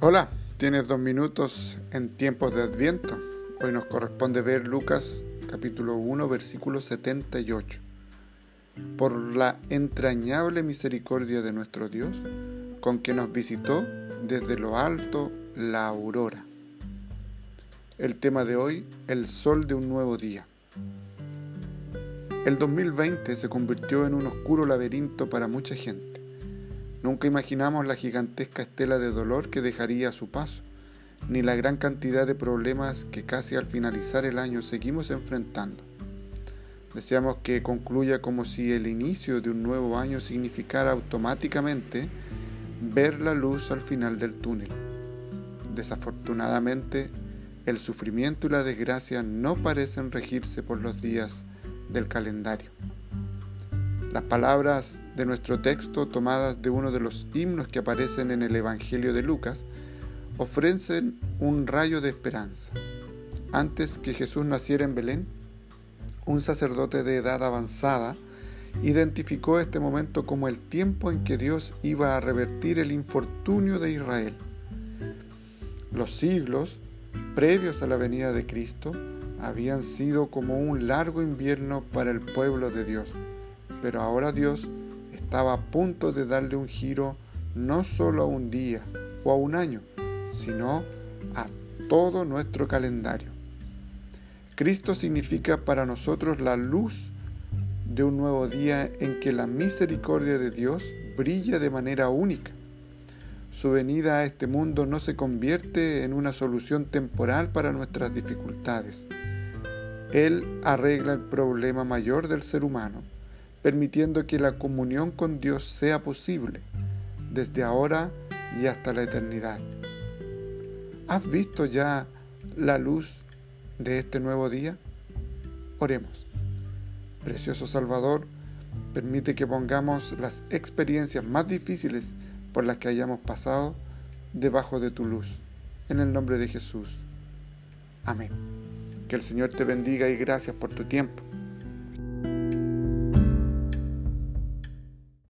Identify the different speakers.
Speaker 1: Hola, tienes 2 minutos en tiempos de Adviento. Hoy nos corresponde ver Lucas capítulo 1, versículo 78. Por la entrañable misericordia de nuestro Dios, con que nos visitó desde lo alto la aurora. El tema de hoy, el sol de un nuevo día. El 2020 se convirtió en un oscuro laberinto para mucha gente. Nunca imaginamos la gigantesca estela de dolor que dejaría a su paso, ni la gran cantidad de problemas que casi al finalizar el año seguimos enfrentando. Deseamos que concluya como si el inicio de un nuevo año significara automáticamente ver la luz al final del túnel. Desafortunadamente, el sufrimiento y la desgracia no parecen regirse por los días del calendario. Las palabras de nuestro texto, tomadas de uno de los himnos que aparecen en el Evangelio de Lucas, ofrecen un rayo de esperanza. Antes que Jesús naciera en Belén, un sacerdote de edad avanzada identificó este momento como el tiempo en que Dios iba a revertir el infortunio de Israel. Los siglos previos a la venida de Cristo habían sido como un largo invierno para el pueblo de Dios, pero ahora Dios estaba a punto de darle un giro no solo a un día o a un año, sino a todo nuestro calendario. Cristo significa para nosotros la luz de un nuevo día en que la misericordia de Dios brilla de manera única. Su venida a este mundo no se convierte en una solución temporal para nuestras dificultades. Él arregla el problema mayor del ser humano, permitiendo que la comunión con Dios sea posible, desde ahora y hasta la eternidad. ¿Has visto ya la luz de este nuevo día? Oremos. Precioso Salvador, permite que pongamos las experiencias más difíciles por las que hayamos pasado debajo de tu luz. En el nombre de Jesús. Amén. Que el Señor te bendiga y gracias por tu tiempo.